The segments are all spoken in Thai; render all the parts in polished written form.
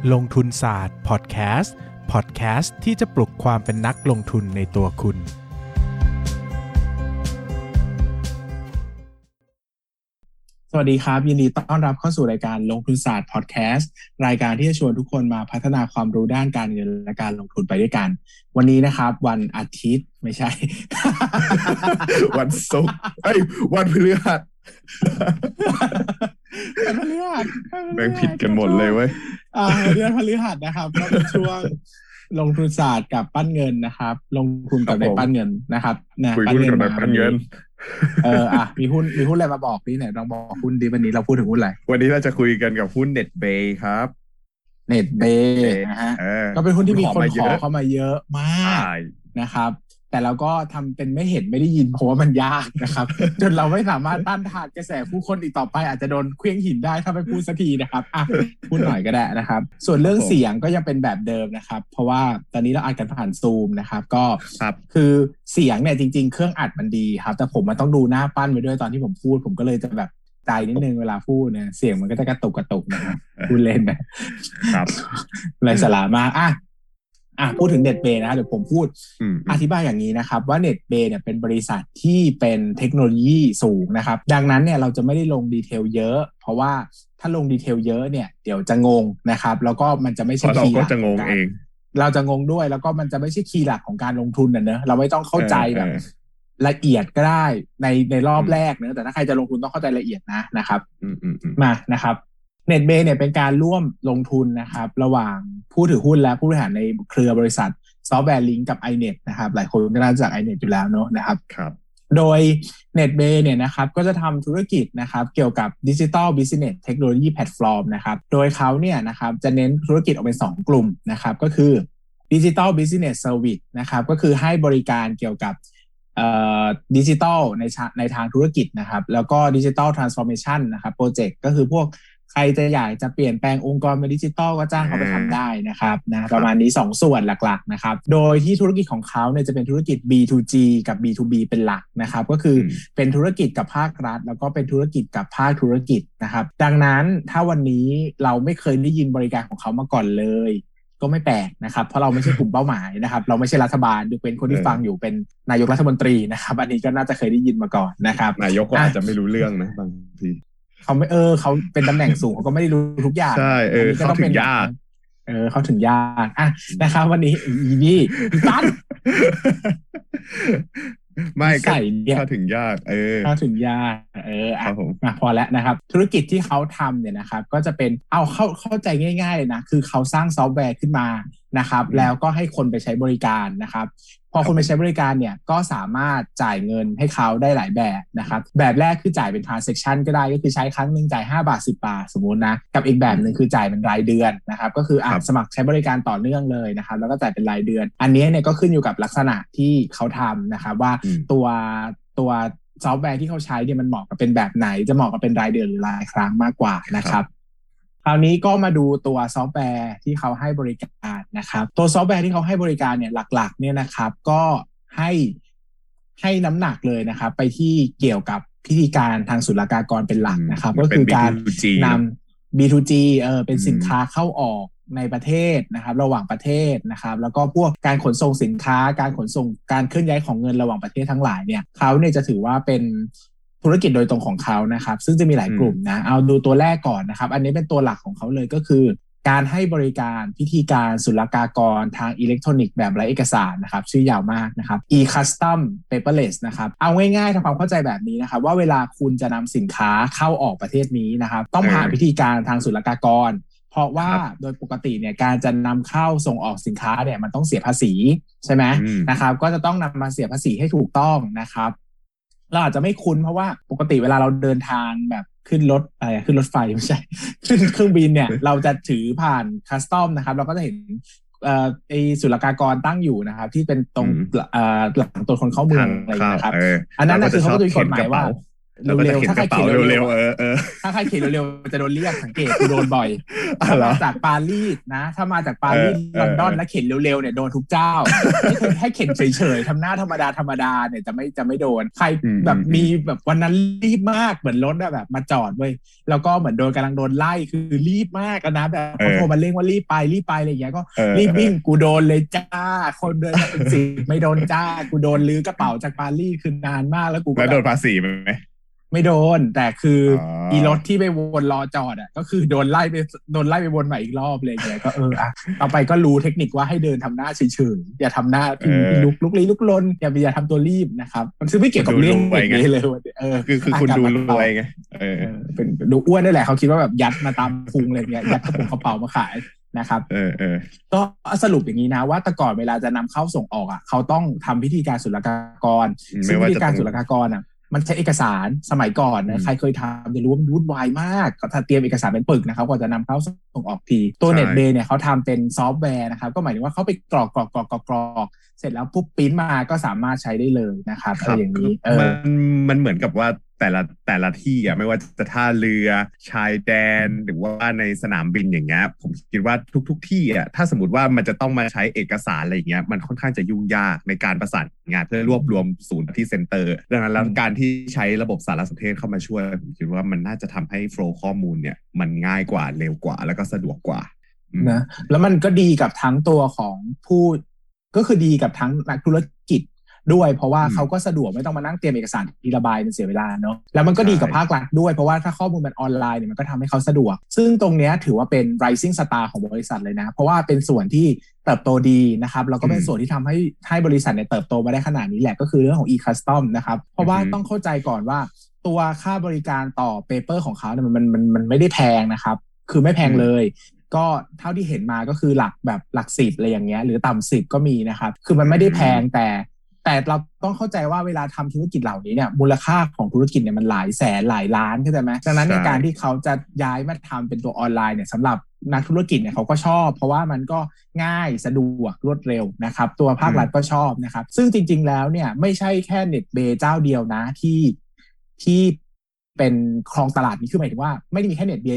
ลงทุนศาสตร์พอดแคสต์ที่จะปลุกความเป็นนักลงทุนในตัวคุณสวัสดีครับยินดีต้อนรับเข้าสู่รายการลงทุนศาสตร์พอดแคสต์รายการที่จะชวนทุกคนมาพัฒนาความรู้ด้านการเงินและการลงทุนไปด้วยกันวันนี้นะครับวันอาทิตย์ไม่ใช่วันศุกร์วันพฤหัสแบ่งผิดกันหมดเลยเว้ยเดือนพฤหัสนะครับก็เป็นช่วงลงทุนศาสตร์กับปั้นเงินนะครับลงทุนกับในปั้นเงินนะครับคุยหุ้นกับในปั้นเงินมีหุ้นอะไรมาบอกดิไหนลองบอกหุ้นดิวันนี้เราพูดถึงหุ้นอะไรวันนี้เราจะคุยกันกับหุ้น NetBay ครับ NetBay นะฮะก็เป็นหุ้นที่มีคนขอเข้ามาเยอะมากนะครับแต่เราก็ทำเป็นไม่เห็นไม่ได้ยินเพราะว่ามันยากนะครับ จนเราไม่สามารถต้านทานกระแสผู้คนอีกต่อไปอาจจะโดนเคลื่องหินได้ถ้าไม่พูดสักทีนะครับพูดหน่อยก็ได้นะครับส่วนเรื่องเสียงก็ยังเป็นแบบเดิมนะครับเพราะว่าตอนนี้เราอัดกันผ่านซูมนะครับก็คือเสียงเนี่ยจริงๆเครื่องอัดมันดีครับแต่ผมมันต้องดูหน้าปั้นไปด้วยตอนที่ผมพูดผมก็เลยจะแบบใจนิดนึงเวลาพูดเนี่ยเสียงมันก็จะกระตุกนะครับพูดเล่นนะครับไรสาระมากพูดถึง NetBay นะเดี๋ยวผมพูดอธิบายอย่างนี้นะครับว่า NetBay เนี่ยเป็นบริษัทที่เป็นเทคโนโลยีสูงนะครับดังนั้นเนี่ยเราจะไม่ได้ลงดีเทลเยอะเพราะว่าถ้าลงดีเทลเยอะเนี่ยเดี๋ยวจะงงนะครับแล้วก็มันจะไม่ใช่คีย์หลักเราก็จะงงเองเราจะงงด้วยแล้วก็มันจะไม่ใช่คีย์หลักของการลงทุนเนอะเราไม่ต้องเข้าใจแบบละเอียดก็ได้ในรอบแรกเนอะแต่ถ้าใครจะลงทุนต้องเข้าใจละเอียดนะครับมานะครับNetBay เนี่ยเป็นการร่วมลงทุนนะครับระหว่างผู้ถือหุ้นและผู้บริหารในเครือบริษัท Software Link กับ iNet นะครับหลายคนก็น่าจะรู้จัก iNet อยู่แล้วเนอะนะครับโดย NetBay เนี่ยนะครับก็จะทำธุรกิจนะครับเกี่ยวกับ Digital Business Technology Platform นะครับโดยเขาเนี่ยนะครับจะเน้นธุรกิจออกเป็น2กลุ่มนะครับก็คือ Digital Business Service นะครับก็คือให้บริการเกี่ยวกับดิจิทัลในทางธุรกิจนะครับแล้วก็ Digital Transformation นะครับโปรเจกต์ก็คือพวกใครจะอยากจะเปลี่ยนแปลงองค์กรเป็นดิจิทัลก็จ้างเขาไปทำได้นะครับนะประมาณนี้2ส่วนหลักๆนะครับโดยที่ธุรกิจของเขาเนี่ยจะเป็นธุรกิจ B2G กับ B2B เป็นหลักนะครับก็คือเป็นธุรกิจกับภาครัฐแล้วก็เป็นธุรกิจกับภาคธุรกิจนะครับดังนั้นถ้าวันนี้เราไม่เคยได้ยินบริการของเขามาก่อนเลยก็ไม่แปลกนะครับเพราะเราไม่ใช่กลุ่มเป้าหมายนะครับเราไม่ใช่รัฐบาลยกเว้นคนที่ฟังอยู่เป็นนายกรัฐมนตรีนะครับอันนี้ก็น่าจะเคยได้ยินมาก่อนนะครับนายกก็อาจจะไม่รู้เรื่องนะบางทีเขาไม่เขาเป็นตำแหน่งสูงเขาก็ไม่ได้รู้ทุกอย่างใช่เขาถึงยากเขาถึงยากนะครับวันนี้นี่ตั้นไม่ก็เข้าถึงยากเข้าถึงยากพอแล้วนะครับธุรกิจที่เขาทำเนี่ยนะครับก็จะเป็นเข้าใจง่ายๆเลยนะคือเขาสร้างซอฟต์แวร์ขึ้นมานะครับแล้วก็ให้คนไปใช้บริการนะครับพอคนไปใช้บริการเนี่ยก็สามารถจ่ายเงินให้เขาได้หลายแบบนะครับแบบแรกคือจ่ายเป็น transaction ก็ได้ก็คือใช้ครั้งนึงจ่าย5 บาท 10 บาทสมมุตินะกับอีกแบบนึงคือจ่ายเป็นรายเดือนนะครับก็คือสมัครใช้บริการต่อเนื่องเลยนะครับแล้วก็จ่ายเป็นรายเดือนอันนี้เนี่ยก็ขึ้นอยู่กับลักษณะที่เขาทำนะครับว่าตัวซอฟต์แวร์ที่เขาใช้เนี่ยมันเหมาะกับเป็นแบบไหนจะเหมาะกับเป็นรายเดือนหรือรายครั้งมากกว่านะครับคราวนี้ก็มาดูตัวซอฟต์แวร์ที่เขาให้บริการนะครับตัวซอฟต์แวร์ที่เขาให้บริการเนี่ยหลักๆเนี่ยนะครับก็ให้น้ำหนักเลยนะครับไปที่เกี่ยวกับพิธีการทางศุลกากรเป็นหลักนะครับก็คือการนำ B2G เป็นสินค้าเข้าออกในประเทศนะครับระหว่างประเทศนะครับแล้วก็พวกการขนส่งสินค้าการขนส่งการเคลื่อนย้ายของเงินระหว่างประเทศทั้งหลายเนี่ยเขาเนี่ยจะถือว่าเป็นธุรกิจโดยตรงของเขานะครับซึ่งจะมีหลายกลุ่มนะเอาดูตัวแรกก่อนนะครับอันนี้เป็นตัวหลักของเขาเลยก็คือการให้บริการพิธีการศุลกากรทางอิเล็กทรอนิกส์แบบไร้เอกสารนะครับชื่อยาวมากนะครับ e-custom paperless นะครับเอาง่ายๆทำความเข้าใจแบบนี้นะครับว่าเวลาคุณจะนำสินค้าเข้าออกประเทศนี้นะครับต้องผ่านพิธีการทางศุลกากรเพราะว่าโดยปกติเนี่ยการจะนำเข้าส่งออกสินค้าเนี่ยมันต้องเสียภาษีใช่ไหมนะครับก็จะต้องนำมาเสียภาษีให้ถูกต้องนะครับเราอาจจะไม่คุ้นเพราะว่าปกติเวลาเราเดินทางแบบขึ้นรถไฟไม่ใช่ขึ้นเครื่องบินเนี่ยเราจะถือผ่านคัสตอมนะครับเราก็จะเห็นไอ้ศุลกากรตั้งอยู่นะครับที่เป็นตรงหลังตัวคนเข้าเมืองอะไรนะครับอันนั้นคือเขาก็จะมีกฎหมายว่าเร็วๆถ้าใครเขียนเร็วๆถ้าใครเขียนเร็วๆจะโดนเรียกสังเกตกูโดนบ่อยถ้ามาจากปารีสนะถ้ามาจากปารีสลอนดอนแล้วเขียนเร็วๆเนี่ยโดนทุกเจ้าให้เขียนเฉยๆทำหน้าธรรมดาเนี่ยจะไม่โดนใครแบบมีแบบวันนั้นรีบมากเหมือนรถแบบมาจอดเว้ยแล้วก็เหมือนกำลังโดนไล่คือรีบมากนะแบบเขาโทรมาเร่งว่ารีบไปอะไรอย่างเงี้ยก็รีบวิ่งกูโดนเลยจ้าคนเดินเป็น10ไม่โดนจ้ากูโดนลื้อกระเป๋าจากปารีสคือนานมากแล้วกูก็โดนภาษีไหมไม่โดนแต่คืออีรถที่ไปวนรอจอดอ่ะก็คือโดนไล่ไปวนใหม่อีกรอบเลยไงก็ต่อไปก็รู้เทคนิคว่าให้เดินทำหน้าเฉยๆอย่าทำหน้าลุกลี้ลุกลนอย่าทำตัวรีบนะครับมันคือไม่เกี่ยวกับเรื่องนี้เลยคือคุณดูรวยไงเป็นดูอ้วนได้แหละเขาคิดว่าแบบยัดมาตามพุงอะไรเงี้ยยัดกระเป๋ามาขายนะครับก็สรุปอย่างนี้นะว่าแต่ก่อนเวลาจะนำเข้าส่งออกอ่ะเขาต้องทำพิธีการศุลกากรซึ่งพิธีการศุลกากรอ่ะมันใช้เอกสารสมัยก่อนนะใครเคยทำจะรู้ว่ามันวุ่นวายมากก็ถ้าเตรียมเอกสารเป็นปึกนะครับกว่าจะนำเข้าส่งออกทีตัว NetBay เนี่ยเขาทำเป็นซอฟต์แวร์นะครับก็หมายถึงว่าเขาไปกรอกเสร็จแล้วปุ๊บปริ้นมาก็สามารถใช้ได้เลยนะครับอะไรอย่างนี้มันเหมือนกับว่าแต่ละที่อ่ะไม่ว่าจะท่าเรือชายแดนหรือว่าในสนามบินอย่างเงี้ยผมคิดว่าทุกที่อ่ะถ้าสมมติว่ามันจะต้องมาใช้เอกสารอะไรอย่างเงี้ยมันค่อนข้างจะยุ่งยากในการประสานงานเพื่อรวบรวมศูนย์ที่เซ็นเตอร์ดังนั้นแล้วการที่ใช้ระบบสารสนเทศเข้ามาช่วยผมคิดว่ามันน่าจะทำให้โฟล์ข้อมูลเนี่ยมันง่ายกว่าเร็วกว่าแล้วก็สะดวกกว่านะแล้วมันก็ดีกับทั้งตัวของผู้ก็คือดีกับทั้งนักธุรกิจด้วยเพราะว่าเขาก็สะดวกไม่ต้องมานั่งเตรียมเอกสารทีระบายมันเสียเวลาเนาะแล้วมันก็ดีกับภาครัฐด้วยเพราะว่าถ้าข้อมูลมันออนไลน์เนี่ยมันก็ทำให้เขาสะดวกซึ่งตรงนี้ถือว่าเป็น rising star ของบริษัทเลยนะเพราะว่าเป็นส่วนที่เติบโตดีนะครับแล้วก็เป็นส่วนที่ทำให้บริษัทเนี่ยเติบโตมาได้ขนาดนี้แหละก็คือเรื่องของ e-custom นะครับเพราะว่าต้องเข้าใจก่อนว่าตัวค่าบริการต่อเปเปอร์ของเขาเนี่ยมันไม่ได้แพงนะครับคือไม่แพงเลยก็เท่าที่เห็นมาก็คือหลัก10อะไรอย่างเงี้ยหรือต่ำ10ก็มีนะครับคือมันไม่ได้แพงแต่เราต้องเข้าใจว่าเวลาทำธุรกิจเหล่านี้เนี่ยมูลค่าของธุรกิจเนี่ยมันหลายแสนหลายล้านเข้าใจไหมดังนั้นในการที่เขาจะย้ายมาทำเป็นตัวออนไลน์เนี่ยสำหรับนักธุรกิจเนี่ยเขาก็ชอบเพราะว่ามันก็ง่ายสะดวกรวดเร็วนะครับตัวภาครัฐก็ชอบนะครับซึ่งจริงๆแล้วเนี่ยไม่ใช่แค่ NetBay เจ้าเดียวนะที่เป็นครองตลาดนี้คือหมายถึงว่าไม่ได้มีแค่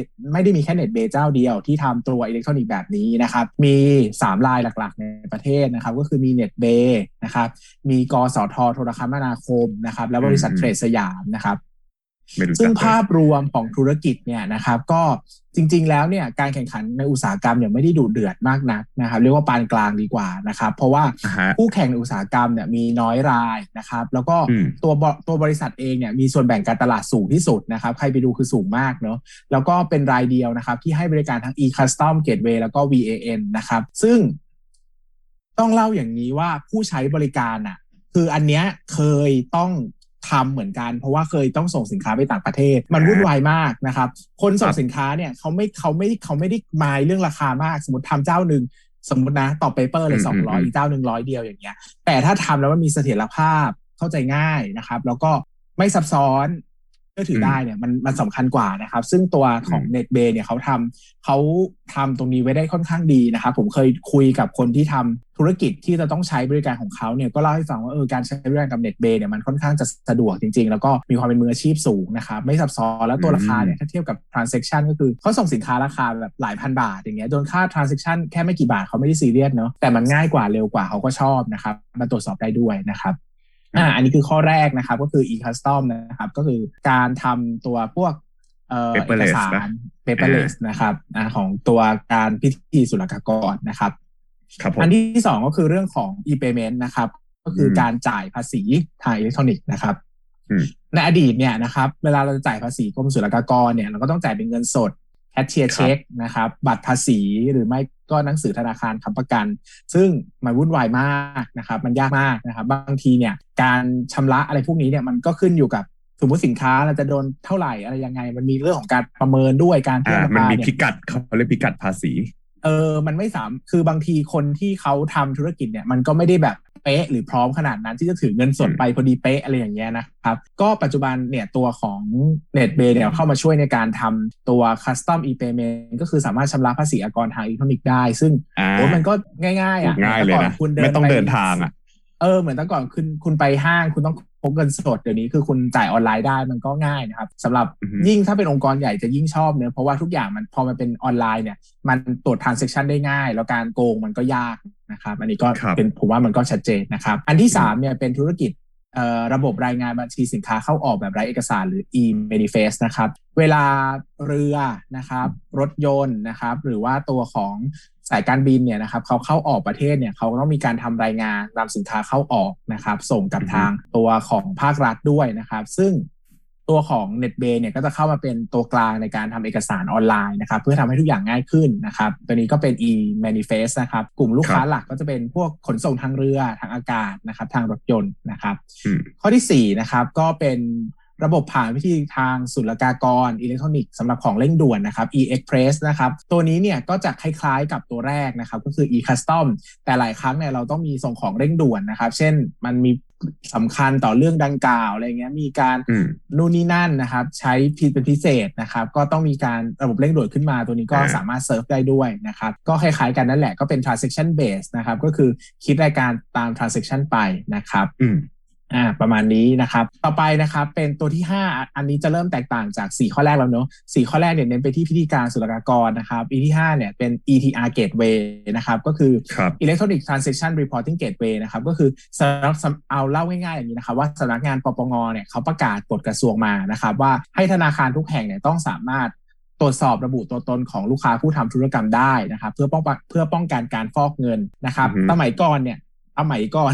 NetBay เจ้าเดียวที่ทำตัวอิเล็กทรอนิกส์แบบนี้นะครับมี3รายหลักๆในประเทศนะครับก็คือมี NetBay นะครับมีกสท.โทรคมนาคมนะครับและบริษัทเทรดสยามนะครับซึ่งภาพรวมของธุรกิจเนี่ยนะครับก็จริงๆแล้วเนี่ยการแข่งขันในอุตสาหกรรมเนี่ยไม่ได้ดุเดือดมากนักนะครับเรียกว่าปานกลางดีกว่านะครับเพราะว่าผู้แข่งในอุตสาหกรรมเนี่ยมีน้อยรายนะครับแล้วก็ตัวบริษัทเองเนี่ยมีส่วนแบ่งการตลาดสูงที่สุดนะครับใครไปดูคือสูงมากเนาะแล้วก็เป็นรายเดียวนะครับที่ให้บริการทั้ง e-custom gateway แล้วก็ VAN นะครับซึ่งต้องเล่าอย่างนี้ว่าผู้ใช้บริการอ่ะคืออันเนี้ยเคยต้องทำเหมือนกันเพราะว่าเคยต้องส่งสินค้าไปต่างประเทศมันวุ่นวายมากนะครับคนส่งสินค้าเนี่ยเขาไม่ได้มายเรื่องราคามากสมมติทำเจ้าหนึ่งสมมตินะต่อเปเปอร์เลย200อีกเจ้าหนึ่ง100เดียวอย่างเงี้ยแต่ถ้าทำแล้วมันมีเสถียรภาพเข้าใจง่ายนะครับแล้วก็ไม่ซับซ้อนก็ถือได้เนี่ยมันสำคัญกว่านะครับซึ่งตัวของ NetBay เนี่ยเขาทำตรงนี้ไว้ได้ค่อนข้างดีนะครับผมเคยคุยกับคนที่ทำธุรกิจที่จะต้องใช้บริการของเขาเนี่ยก็เล่าให้ฟังว่าการใช้บริการกับ NetBay เนี่ยมันค่อนข้างจะสะดวกจริงๆแล้วก็มีความเป็นมืออาชีพสูงนะครับไม่ซับซ้อนแล้วตัวราคาเนี่ยถ้าเทียบกับ transaction ก็คือเขาส่งสินค้าราคาแบบหลายพันบาทอย่างเงี้ยโดนค่า transaction แค่ไม่กี่บาทเขาไม่ได้ซีเรียสเนาะแต่มันง่ายกว่าเร็วกว่าเขาก็ชอบนะครับมาตรวจสอบได้ด้วยนะครับอันนี้คือข้อแรกนะครับก็คือ e-custom นะครับก็คือการทำตัวพวกเอกสาร paperless นะครับของตัวการพิธีศุลกากรนะครับอันที่2ก็คือเรื่องของ e-payment นะครับก็คือการจ่ายภาษีทางอิเล็กทรอนิกส์นะครับในอดีตเนี่ยนะครับเวลาเราจะจ่ายภาษีกรมศุลกากรเนี่ยเราก็ต้องจ่ายเป็นเงินสดแคชเชียร์เช็คนะครับบัตรภาษีหรือไม่ก็หนังสือธนาคารค้ำประกันซึ่งมันวุ่นวายมากนะครับมันยากมากนะครับบางทีเนี่ยการชำระอะไรพวกนี้เนี่ยมันก็ขึ้นอยู่กับสมมติสินค้าเราจะโดนเท่าไหร่อะไรยังไงมันมีเรื่องของการประเมินด้วยการเทียบราคามันมีพิกัดเขาเรียกพิกัดภาษีมันไม่คือบางทีคนที่เขาทำธุรกิจเนี่ยมันก็ไม่ได้แบบเป๊ะหรือพร้อมขนาดนั้นที่จะถือเงินสดไปพอดีเป๊ะอะไรอย่างเงี้ยนะครับก็ปัจจุบันเนี่ยตัวของ NetBay เนี่ยเข้ามาช่วยในการทำตัว Custom e-payment ก็คือสามารถชำระภาษีอากรทางอิเล็กทรอนิกส์ได้ซึ่งมันก็ง่ายๆง่ายเลยนะไม่ต้องเดินทางเหมือนแต่ก่อนคุณไปห้างคุณต้องพกเงินสดเดี๋ยวนี้คือคุณจ่ายออนไลน์ได้มันก็ง่ายนะครับสำหรับยิ่งถ้าเป็นองค์กรใหญ่จะยิ่งชอบเนอะเพราะว่าทุกอย่างมันพอมันเป็นออนไลน์เนี่ยมันตรวจ transaction ได้ง่ายแล้วการโกงมันก็ยากนะครับอันนี้ก็เป็นผมว่ามันก็ชัดเจนนะครับอันที่3เนี่ยเป็นธุรกิจระบบรายงานบัญชีสินค้าเข้าออกแบบไร้เอกสารหรือ e-manifest นะครับเวลาเรือนะครับรถยนต์นะครับหรือว่าตัวของสายการบินเนี่ยนะครับเขาเข้าออกประเทศเนี่ยเขาต้องมีการทำรายงานนำสินค้าเข้าออกนะครับส่งกับทางตัวของภาครัฐด้วยนะครับซึ่งตัวของ NetBay เนี่ยก็จะเข้ามาเป็นตัวกลางในการทำเอกสารออนไลน์นะครับเพื่อทำให้ทุกอย่างง่ายขึ้นนะครับตัวนี้ก็เป็น e-manifest นะครับกลุ่มลูกค้าหลักก็จะเป็นพวกขนส่งทางเรือทางอากาศนะครับทางรถยนต์นะครับข้อที่4นะครับก็เป็นระบบผ่านวิธีทางศุลกากรอิเล็กทรอนิกส์สำหรับของเร่งด่วนนะครับ e-express นะครับตัวนี้เนี่ยก็จะคล้ายๆกับตัวแรกนะครับก็คือ e-custom แต่หลายครั้งเนี่ยเราต้องมีส่งของเร่งด่วนนะครับเช่นมันมีสำคัญต่อเรื่องดังกล่าวอะไรเงี้ยมีการนู่นนี่นั่นนะครับใช้เป็นพิเศษนะครับก็ต้องมีการระบบเร่งด่วนขึ้นมาตัวนี้ก็สามารถเซิร์ฟได้ด้วยนะครับก็คล้ายๆกันนั่นแหละก็เป็น transaction based นะครับก็คือคิดรายการตาม transaction ไปนะครับประมาณนี้นะครับต่อไปนะครับเป็นตัวที่5อันนี้จะเริ่มแตกต่างจาก4ข้อแรกแล้วเนอะ4ข้อแรกเนี่ยเน้นไปที่พิธีการศุลกากรนะครับที่5เนี่ยเป็น ETR Gateway นะครับก็คือ Electronic Transaction Reporting Gateway นะครับก็คือเอาเล่าง่ายๆอย่างนี้นะครับว่าสำนักงานปปงเนี่ยเขาประกาศกฎกระทรวงมานะครับว่าให้ธนาคารทุกแห่งเนี่ยต้องสามารถตรวจสอบระบุตัวตนของลูกค้าผู้ทำธุรกรรมได้นะครับเพื่อป้องกันการฟอกเงินนะครับสมัยก่อนเนี่ยสมัยก่อน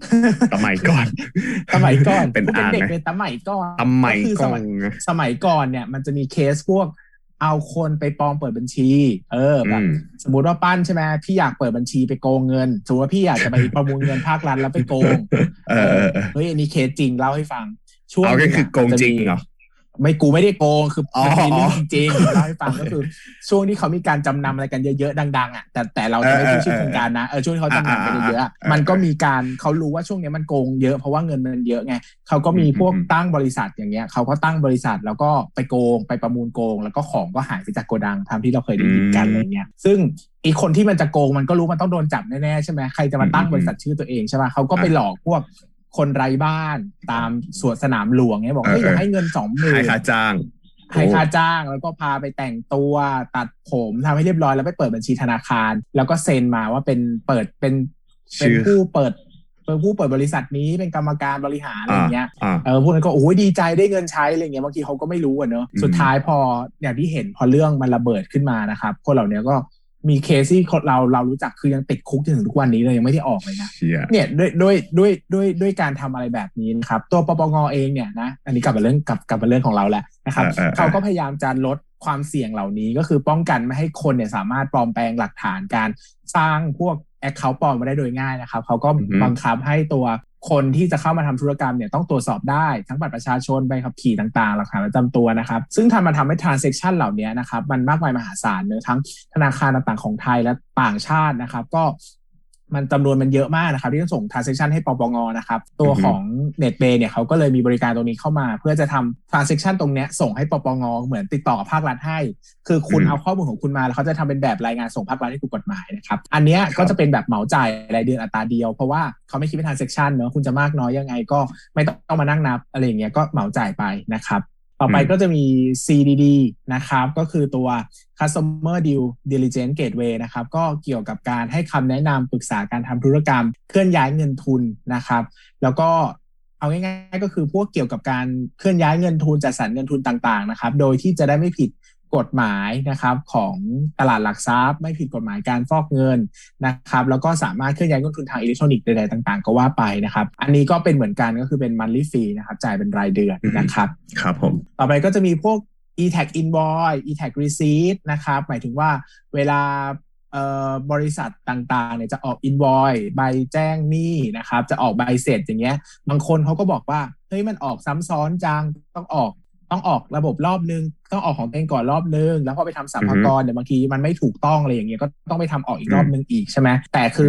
เป็นเด็กๆเป็นสมัยก่อนสมัยก่อนเนี่ยมันจะมีเคสพวกเอาคนไปปลอมเปิดบัญชีแบบสมมุติว่าปั้นใช่ไหมพี่อยากเปิดบัญชีไปโกงเงินสมมติว่าพี่อยากจะไปประมูลเงินภาครัฐแล้วไปโกงเฮ้ยอันนี้เคสจริงเล่าให้ฟังช่วงก็คือโกงจริงเหรอกูไม่ได้โกงคือมันมีเรื่องจริงๆเล่าให้ฟังก็คือช่วงที่เขามีการจำนำอะไรกันเยอะๆดังๆอ่ะแต่เราจะไม่พูดชื่อโครงการนะช่วงที่เขาจำนำกันเยอะๆมันก็มีการเขารู้ว่าช่วงนี้มันโกงเยอะเพราะว่าเงินมันเยอะไงเขาก็มีพวกตั้งบริษัทอย่างเงี้ยเขาก็ตั้งบริษัทแล้วก็ไปโกงไปประมูลโกงแล้วก็ของก็หายไปจากโกดังทำที่เราเคยได้ยินกันอะไรเงี้ยซึ่งอีกคนที่มันจะโกงมันก็รู้มันต้องโดนจับแน่ๆใช่ไหมใครจะมาตั้งบริษัทชื่อตัวเองใช่ป่ะเขาก็ไปหลอกพวกคนไร้บ้านตามสวนสนามหลวงเนี่ยบอกอยากให้เงิน 20,000 ให้ค่าจ้างแล้วก็พาไปแต่งตัวตัดผมทำให้เรียบร้อยแล้วไปเปิดบัญชีธนาคารแล้วก็เซ็นมาว่าเป็นผู้เปิดบริษัทนี้เป็นกรรมการบริหารอะไรเงี้ยพวกนั้นก็โอ้ยดีใจได้เงินใช้อะไรเงี้ยบางทีเขาก็ไม่รู้อ่ะเนอะสุดท้ายพออย่างที่เห็นพอเรื่องมันระเบิดขึ้นมานะครับคนเหล่านี้ก็มีเคสที่เรารู้จักคือยังติดคุกจนถึงทุกวันนี้เลยยังไม่ได้ออกเลยนะเนี่ยด้วยการทำอะไรแบบนี้นะครับตัวปปงเองเนี่ยนะอันนี้กลับมาเรื่องของเราแหละนะครับเขาก็พยายามจะลดความเสี่ยงเหล่านี้ก็คือป้องกันไม่ให้คนเนี่ยสามารถปลอมแปลงหลักฐานการสร้างพวกaccount ปลอมมาได้โดยง่ายนะครับเขาก็บังคับให้ตัวคนที่จะเข้ามาทำธุรกรรมเนี่ยต้องตรวจสอบได้ทั้งบัตรประชาชนใบขับขี่ต่างๆหลักฐานประจำตัวนะครับซึ่งทำให้ transaction เหล่านี้นะครับมันมากมายมหาศาลเนอะทั้งธนาคารต่างๆของไทยและต่างชาตินะครับก็มันจำนวนมันเยอะมากนะครับที่ต้องส่ง transaction ให้ปปงนะครับตัวของ NetBay เนี่ยเขาก็เลยมีบริการตรงนี้เข้ามาเพื่อจะทำ transaction ตรงนี้ส่งให้ปปงเหมือนติดต่อกับภาครัฐให้คือคุณเอาข้อมูลของคุณมาแล้วเขาจะทำเป็นแบบรายงานส่งภาครัฐให้ถูกกฎหมายนะครับอันนี้ก็จะเป็นแบบเหมาจ่ายรายเดือนอัตราเดียวเพราะว่าเขาไม่คิดเป็น transaction เนอะคุณจะมากน้อยยังไงก็ไม่ต้องมานั่งนับอะไรอย่างเงี้ยก็เหมาจ่ายไปนะครับต่อไปก็จะมี CDD นะครับก็คือตัว Customer Due Diligence Gateway นะครับก็เกี่ยวกับการให้คำแนะนำปรึกษาการทำธุรกรรมเคลื่อนย้ายเงินทุนนะครับแล้วก็เอาง่ายๆก็คือพวกเกี่ยวกับการเคลื่อนย้ายเงินทุนจัดสรรเงินทุนต่างๆนะครับโดยที่จะได้ไม่ผิดกฎหมายนะครับของตลาดหลักทรัพย์ไม่ผิดกฎหมายการฟอกเงินนะครับแล้วก็สามารถเคลื่อนย้ายเงินทุนทางอิเล็กทรอนิกส์ใดๆต่างๆก็ว่าไปนะครับอันนี้ก็เป็นเหมือนกันก็คือเป็น monthly fee นะครับจ่ายเป็นรายเดือนนะครับครับผมต่อไปก็จะมีพวก e-tag invoice e-tag receipt นะครับหมายถึงว่าเวลาบริษัทต่างๆเนี่ยจะออก invoice ใบแจ้งหนี้นะครับจะออกใบเสร็จอย่างเงี้ยบางคนเขาก็บอกว่าเฮ้ยมันออกซ้ำซ้อนจังต้องออกระบบรอบนึงต้องออกของตัวเองก่อนรอบนึงแล้วพอไปทำสรรพากรเนี่ยบางทีมันไม่ถูกต้องอะไรอย่างเงี้ยก็ต้องไปทำออกอีกรอบนึงอีกใช่ไหมแต่คือ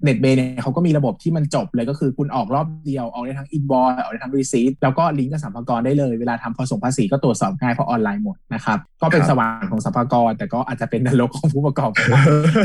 NetBay เนี่ยเขาก็มีระบบที่มันจบเลยก็คือคุณออกรอบเดียวออกได้ทั้ง invoice ออกได้ทั้ง receipt แล้วก็ลิงก์กับสรรพากรได้เลยเวลาทำส่งภาษีก็ตรวจสอบง่ายเพราะออนไลน์หมดนะครับก็เป็นสวรรค์ของสรรพากรแต่ก็อาจจะเป็นนรกของผู้ประกอบการ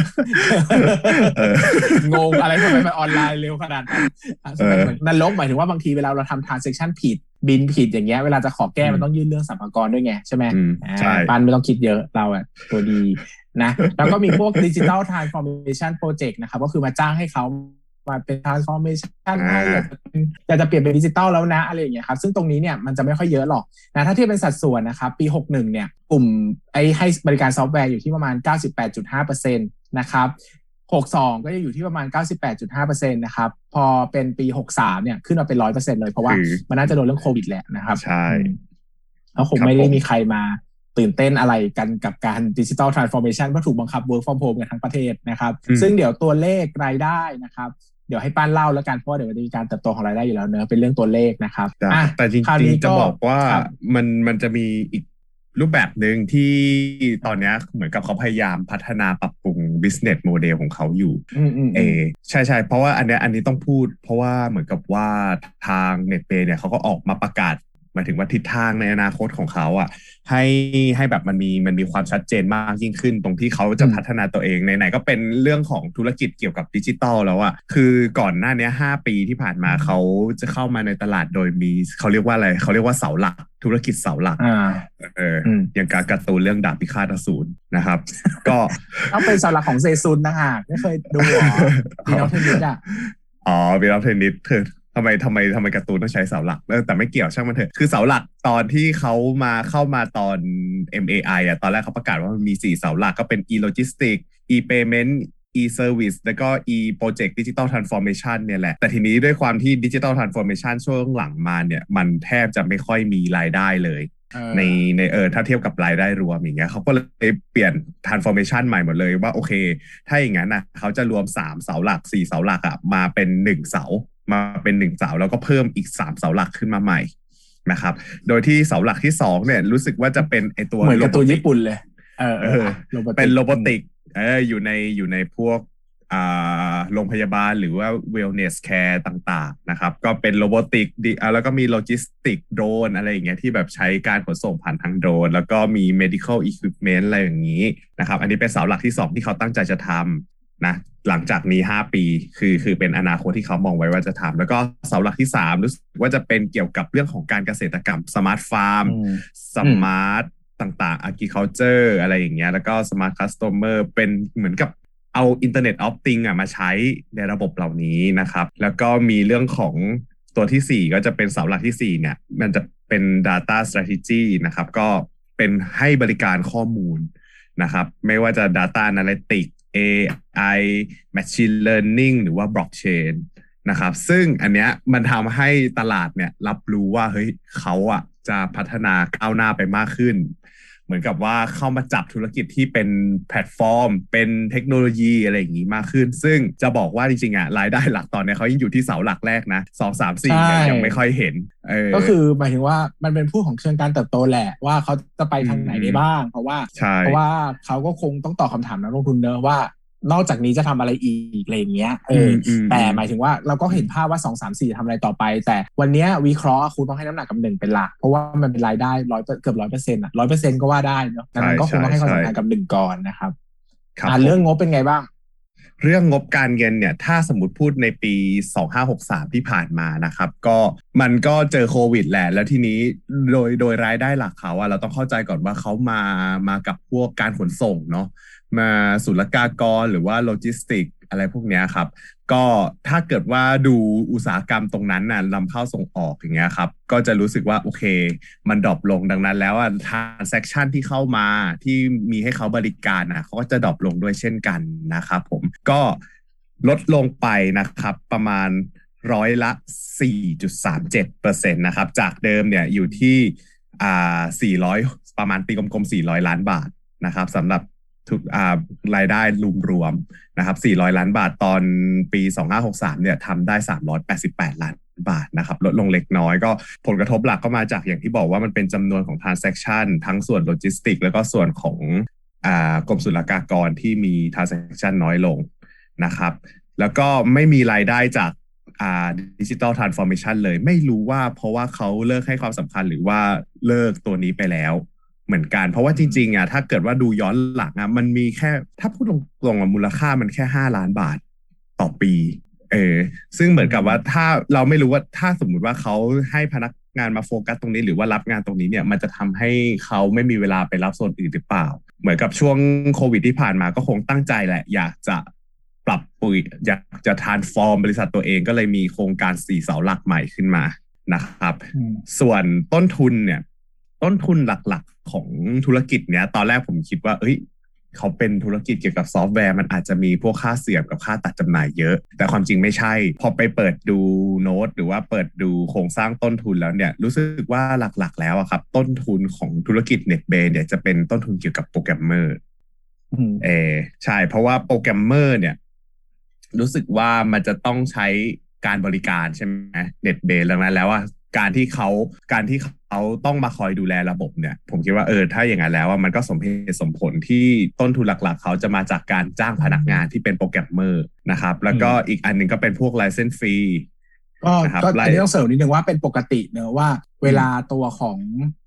งงอะไรทำไมมันออนไลน์เร็วขนาดนั้นนรกหมายถึงว่าบางทีเวลาเราทำ transaction ผิดบินผิดอย่างเงี้ยเวลาจะขอแก้มันต้องยื่นเรื่องสรรพากรด้วยไงใช่ไหมปันไม่ต้องคิดเยอะเราอะตัวดีนะแล้วก็มีพวก Digital Transformation Project นะครับก็คือมาจ้างให้เขามาเป็น Transformation ให้จะเปลี่ยนเป็นดิจิตอลแล้วนะอะไรอย่างเงี้ยครับซึ่งตรงนี้เนี่ยมันจะไม่ค่อยเยอะหรอกนะถ้าเทียบเป็นสัดส่วนนะครับปี61เนี่ยกลุ่มให้บริการซอฟต์แวร์อยู่ที่ประมาณ 98.5% นะครับ62ก็จะอยู่ที่ประมาณ 98.5% นะครับพอเป็นปี63เนี่ยขึ้นมาเป็น 100% เลยเพราะว่ามันน่าจะโดนเรื่องโควิดแหละนะครับใช่แล้วคงไม่ได้มีใครมาตื่นเต้นอะไรกันกับการดิจิทัลทรานส์ฟอร์เมชันเพราะถูกบังคับ work from home กันทั้งประเทศนะครับซึ่งเดี๋ยวตัวเลขรายได้นะครับเดี๋ยวให้ป้านเล่าแล้วกันเพราะเดี๋ยวจะมีการเติบโตของรายได้อยู่แล้วเนอะเป็นเรื่องตัวเลขนะครับแต่จริงๆจะบอกว่ามันจะมีอีกรูปแบบหนึ่งที่ตอนนี้เหมือนกับเขาพยายามพัฒนาปรับปรุง business model ของเขาอยู่ใช่เพราะว่าอันนี้ต้องพูดเพราะว่าเหมือนกับว่าทาง NetBay เนี่ยเขาก็ออกมาประกาศหมายถึงว่าทิศทางในอนาคตของเขาอ่ะให้แบบมันมีความชัดเจนมากยิ่งขึ้นตรงที่เขาจะพัฒนาตัวเองไหนๆก็เป็นเรื่องของธุรกิจเกี่ยวกับดิจิตอลแล้วอ่ะคือก่อนหน้านี้5 ปีที่ผ่านมาเขาจะเข้ามาในตลาดโดยมีเขาเรียกว่าอะไรเขาเรียกว่าเสาหลักธุรกิจเสาหลักอย่างการ์ตูนเรื่องดาบพิฆาตอสูรนะครับก็ต้องเป็นเสาหลักของเซซุนนะฮะไม่เคยดูหรอมีน้องเทนนิสอ่ะมีน้องเทนนิสเธอทำไมการ์ตูนต้องใช้เสาหลักแต่ไม่เกี่ยวช่างมันเถอะคือเสาหลักตอนที่เขาเข้ามาตอน MAI อ่ะตอนแรกเขาประกาศว่ามันมี4เสาหลักก็เป็น e-logistics e-payment e-service แล้วก็ e-project digital transformation เนี่ยแหละแต่ทีนี้ด้วยความที่ digital transformation ช่วงหลังมาเนี่ยมันแทบจะไม่ค่อยมีรายได้เลยในถ้าเทียบกับรายได้รวมอย่างเงี้ยเขาก็เลยเปลี่ยน transformation ใหม่หมดเลยว่าโอเคถ้าอย่างนั้นนะเขาจะรวม3เสาหลัก4เสาหลักอ่ะมาเป็น1เสามาเป็น1เสาแล้วก็เพิ่มอีก3เสาหลักขึ้นมาใหม่นะครับโดยที่เสาหลักที่2เนี่ยรู้สึกว่าจะเป็นไอตัวเหมือนกับตัวญี่ปุ่นเลยเป็นโรบอติกอยู่ในพวกโรงพยาบาลหรือว่า wellness care ต่างๆนะครับก็เป็นโรบอติกแล้วก็มีโลจิสติกโดรนอะไรอย่างเงี้ยที่แบบใช้การขนส่งผ่านทางโดรนแล้วก็มี medical equipment อะไรอย่างนี้นะครับอันนี้เป็นเสาหลักที่2ที่เขาตั้งใจจะทำนะหลังจากนี้5 ปีคือเป็นอนาคตที่เขามองไว้ว่าจะทำแล้วก็เสาหลักที่3รู้สึกว่าจะเป็นเกี่ยวกับเรื่องของการเกษตรกรรม smart farm smart ต่างๆ agriculture อะไรอย่างเงี้ยแล้วก็ smart customer เป็นเหมือนกับเอา Internet of Things มาใช้ในระบบเหล่านี้นะครับแล้วก็มีเรื่องของตัวที่4ก็จะเป็นเสาหลักที่4เนี่ยมันจะเป็น data strategy นะครับก็เป็นให้บริการข้อมูลนะครับไม่ว่าจะ data analytics AI machine learning หรือว่า blockchain นะครับซึ่งอันเนี้ยมันทำให้ตลาดเนี่ยรับรู้ว่าเฮ้ยเขาอ่ะจะพัฒนาก้าวหน้าไปมากขึ้นเหมือนกับว่าเข้ามาจับธุรกิจที่เป็นแพลตฟอร์มเป็นเทคโนโลยีอะไรอย่างนี้มากขึ้นซึ่งจะบอกว่าจริงๆอ่ะรายได้หลักตอนนี้เขายังอยู่ที่เสาหลักแรกนะ2 3 4เนี่ยยังไม่ค่อยเห็นก็คือหมายถึงว่ามันเป็นผู้ของเชิงการเติบโตแหละว่าเขาจะไปทางไหนได้บ้างเพราะว่าเขาก็คงต้องตอบคำถามนักลงทุนเนอะว่านอกจากนี้จะทำอะไรอีกอะไรอย่างเงี้ยแต่หมายถึงว่าเราก็เห็นภาพว่า2 3 4ทำอะไรต่อไปแต่วันนี้วิเคราะห์คุณต้องให้น้ำหนักกับ1เป็นหลักเพราะว่ามันเป็นรายได้เกือบ 100% อ่ะ 100% ก็ว่าได้เนาะดังนั้นก็คงต้องให้ความสำคัญกับ1ก่อนนะครับเรื่องงบเป็นไงบ้างเรื่องงบการเงินเนี่ยถ้าสมมติพูดในปี2563ที่ผ่านมานะครับก็มันก็เจอโควิดแหละแล้วทีนี้โดยรายได้หลักเขาเราต้องเข้าใจก่อนว่าเขามากับพวกการขนส่งเนาะมาศุลกากรหรือว่าโลจิสติกอะไรพวกนี้ครับก็ถ้าเกิดว่าดูอุตสาหกรรมตรงนั้นน่ะนำเข้าส่งออกอย่างเงี้ยครับก็จะรู้สึกว่าโอเคมันดรอปลงดังนั้นแล้วtransaction ที่เข้ามาที่มีให้เขาบริการนะเขาก็จะดรอปลงด้วยเช่นกันนะครับผมก็ลดลงไปนะครับประมาณ4.37% นะครับจากเดิมเนี่ยอยู่ที่400ประมาณตีกลมๆ400 ล้านบาทนะครับสำหรับทุกรายได้รวมนะครับ400 ล้านบาทตอนปี2563เนี่ยทำได้388 ล้านบาทนะครับลดลงเล็กน้อยก็ผลกระทบหลักก็มาจากอย่างที่บอกว่ามันเป็นจำนวนของ transaction ทั้งส่วนโลจิสติกแล้วก็ส่วนของกรมศุลกากรที่มี transaction น้อยลงนะครับแล้วก็ไม่มีรายได้จากดิจิตอลทรานส์ฟอร์เมชันเลยไม่รู้ว่าเพราะว่าเขาเลิกให้ความสำคัญหรือว่าเลิกตัวนี้ไปแล้วเหมือนกันเพราะว่าจริงๆถ้าเกิดว่าดูย้อนหลังมันมีแค่ถ้าพูดตรงๆมูลค่ามันแค่5 ล้านบาทต่อปีซึ่งเหมือนกับว่าถ้าเราไม่รู้ว่าถ้าสมมุติว่าเขาให้พนักงานมาโฟกัสตรงนี้หรือว่ารับงานตรงนี้เนี่ยมันจะทำให้เขาไม่มีเวลาไปรับโซนอื่นหรือเปล่าเหมือนกับช่วงโควิดที่ผ่านมาก็คงตั้งใจแหละอยากจะปรับปรุงอยากจะทรานส์ฟอร์มบริษัทตัวเองก็เลยมีโครงการ4 เสาหลักใหม่ขึ้นมานะครับส่วนต้นทุนเนี่ยต้นทุนหลักๆของธุรกิจเนี้ยตอนแรกผมคิดว่าเขาเป็นธุรกิจเกี่ยวกับซอฟต์แวร์มันอาจจะมีพวกค่าเสื่อมกับค่าตัดจำหน่ายเยอะแต่ความจริงไม่ใช่พอไปเปิดดูโน้ตหรือว่าเปิดดูโครงสร้างต้นทุนแล้วเนี่ยรู้สึกว่าหลักๆแล้วครับต้นทุนของธุรกิจ NetBay เนี่ยจะเป็นต้นทุนเกี่ยวกับโปรแกรมเมอร์ใช่เพราะว่าโปรแกรมเมอร์เนี่ยรู้สึกว่ามันจะต้องใช้การบริการใช่ไหม NetBay ดังนั้นแล้วว่าการที่เขาต้องมาคอยดูแลระบบเนี่ยผมคิดว่าถ้าอย่างนั้นแล้วมันก็สมเหตุสมผลที่ต้นทุนหลักๆเขาจะมาจากการจ้างพนักงานที่เป็นโปรแกรมเมอร์นะครับแล้วก็อีกอันนึงก็เป็นพวก license fee ก็อันนี้ต้องเสริมนิดนึงว่าเป็นปกติเนอะว่าเวลาตัวของ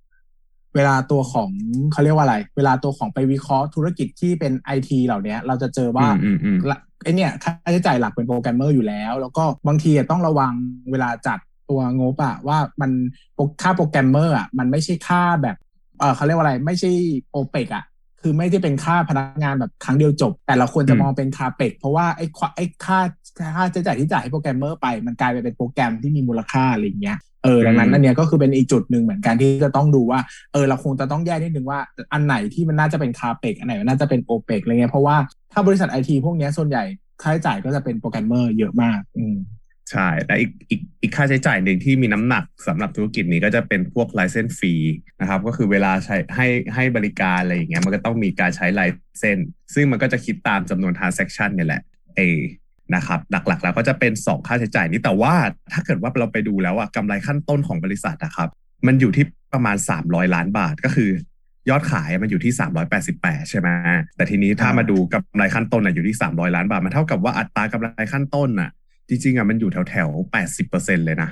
เขาเรียกว่าอะไรเวลาตัวของไปวิเคราะห์ธุรกิจที่เป็น IT เหล่านี้เราจะเจอว่าไอเนี่ยค่าใช้จ่ายหลักเป็นโปรแกรมเมอร์อยู่แล้วก็บางทีต้องระวังเวลาจัดตัวงบว่ามันค่าโปรแกรมเมอร์มันไม่ใช่ค่าแบบเขาเรียกว่าอะไรไม่ใช่โอเปกคือไม่ได้เป็นค่าพนักงานแบบครั้งเดียวจบแต่เราควรจะมองเป็นคาเปกเพราะว่าไอ้ค่าใช้จ่ายที่จ่ายให้โปรแกรมเมอร์ไปมันกลายไปเป็นโปรแกรมที่มีมูลค่าอะไรอย่างเงี้ยดังนั้นอันเนี้ยก็คือเป็นอีกจุดหนึ่งเหมือนกันที่จะต้องดูว่าเราคงจะต้องแยกนิดนึงว่าอันไหนที่มันน่าจะเป็นคาเปกอันไหนน่าจะเป็นโอเปกอะไรเงี้ยเพราะว่าถ้าบริษัท IT พวกนี้ส่วนใหญ่ค่าใช้จ่ายก็จะเป็นโปรแกรมเมอร์เยอะมากใช่และอีกค่าใช้จ่ายหนึ่งที่มีน้ำหนักสำหรับธุรกิจนี้ก็จะเป็นพวก license fee นะครับก็คือเวลาใช้ให้บริการอะไรอย่างเงี้ยมันก็ต้องมีการใช้ license ซึ่งมันก็จะคิดตามจำนวน transaction เนี่ยแหละนะครับหลักๆแล้วก็จะเป็น2ค่าใช้จ่ายนี้แต่ว่าถ้าเกิดว่าเราไปดูแล้วกำไรขั้นต้นของบริษัทนะครับมันอยู่ที่ประมาณ300 ล้านบาทก็คือยอดขายมันอยู่ที่388ใช่ไหมแต่ทีนี้ถ้ามาดูกำไรขั้นต้นอยู่ที่300 ล้านบาทมันเท่ากับว่าอัตรากำไรขั้นต้นจริงๆมันอยู่แถว 80% เลยนะ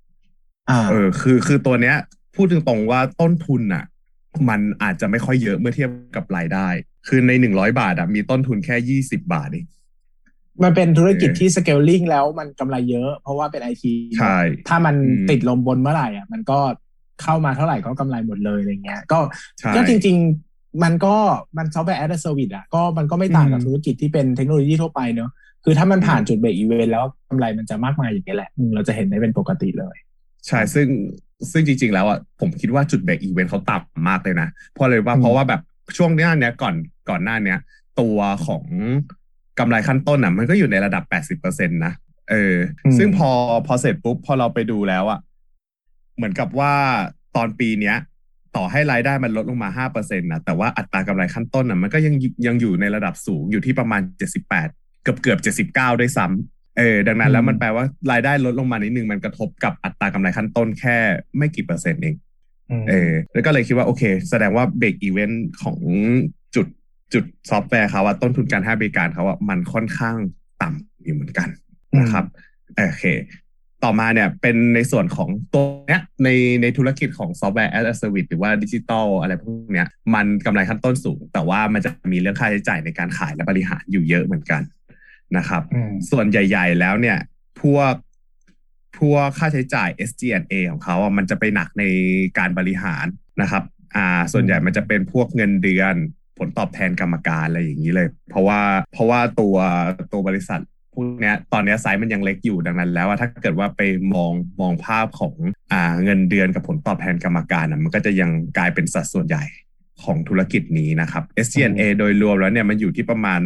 คือตัวเนี้ยพูดตรงๆว่าต้นทุนมันอาจจะไม่ค่อยเยอะเมื่อเทียบกับรายได้คือใน100 บาทมีต้นทุนแค่20 บาทเองมันเป็นธุรกิจที่ scaling แล้วมันกำไรเยอะเพราะว่าเป็น IT ใช่ถ้ามันติดลมบนเมื่อไหร่มันก็เข้ามาเท่าไหร่ก็กำไรหมดเลยอะไรเงี้ยก็จริงๆมันซอฟต์แวร์ as a service ก็มันก็ไม่ต่างกับธุรกิจที่เป็นเทคโนโลยีทั่วไปเนอะคือถ้ามันผ่านจุดเบรกอีเวนต์แล้วกำไรมันจะมากมายอย่างนี้แหละเราจะเห็นได้เป็นปกติเลยใช่ซึ่งจริงๆแล้วผมคิดว่าจุดเบรกอีเวนต์เขาต่ำมากเลยนะเพราะว่าแบบช่วงนี้ก่อนหน้านี้ตัวของกำไรขั้นต้นมันก็อยู่ในระดับ 80% นะซึ่งพอเสร็จปุ๊บพอเราไปดูแล้วเหมือนกับว่าตอนปีเนี้ยต่อให้รายได้มันลดลงมา 5% นะแต่ว่าอัตรากำไรขั้นต้นมันก็ยังอยู่ในระดับสูงอยู่ที่ประมาณ78เกือบ79ด้วยซ้ำดังนั้นแล้วมันแปลว่ารายได้ลดลงมานิดนึงมันกระทบกับอัตรากำไรขั้นต้นแค่ไม่กี่เปอร์เซ็นต์เองแล้วก็เลยคิดว่าโอเคแสดงว่าเบรกอีเวนต์ของจุดซอฟต์แวร์เขาต้นทุนการให้บริการเขามันค่อนข้างต่ำอยู่เหมือนกันนะครับโอเคต่อมาเนี่ยเป็นในส่วนของตัวเนี้ยในธุรกิจของซอฟต์แวร์ as a service หรือว่าดิจิตอลอะไรพวกเนี้ยมันกำไรขั้นต้นสูงแต่ว่ามันจะมีเรื่องค่าใช้จ่ายในการขายและบริหารอยู่เยอะเหมือนกันนะครับส่วนใหญ่ๆแล้วเนี่ยพวกค่าใช้จ่าย SG&A ของเขามันจะไปหนักในการบริหารนะครับส่วนใหญ่มันจะเป็นพวกเงินเดือนผลตอบแทนกรรมการอะไรอย่างนี้เลยเพราะว่าตัวบริษัทพวกนี้ตอนนี้ไซส์มันยังเล็กอยู่ดังนั้นแล้วถ้าเกิดว่าไปมองภาพของเงินเดือนกับผลตอบแทนกรรมการมันก็จะยังกลายเป็นสัดส่วนใหญ่ของธุรกิจนี้นะครับ SG&A โดยรวมแล้วเนี่ยมันอยู่ที่ประมาณ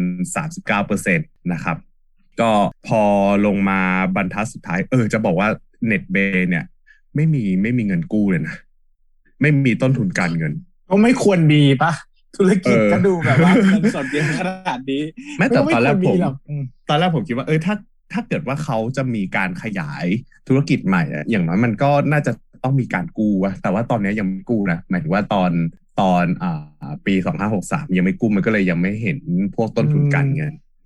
39% นะครับก็พอลงมาบรรทัดสุดท้ายจะบอกว่า NetBay เนี่ยไม่มีเงินกู้เลยนะไม่มีต้นทุนการเงินก็ไม่ควรมีปะธุรกิจก็ดูแบบว่าเงินสดเยอะขนาดนี้ไม่แต่ตอนแรกผมคิดว่าถ้าเกิดว่าเขาจะมีการขยายธุรกิจใหม่อย่างน้อยมันก็น่าจะต้องมีการกู้แต่ว่าตอนนี้ยังไม่กู้นะหมายถึงว่าตอนปี2563ยังไม่กู้มันก็เลยยังไม่เห็นพวกต้นทุนการเงิน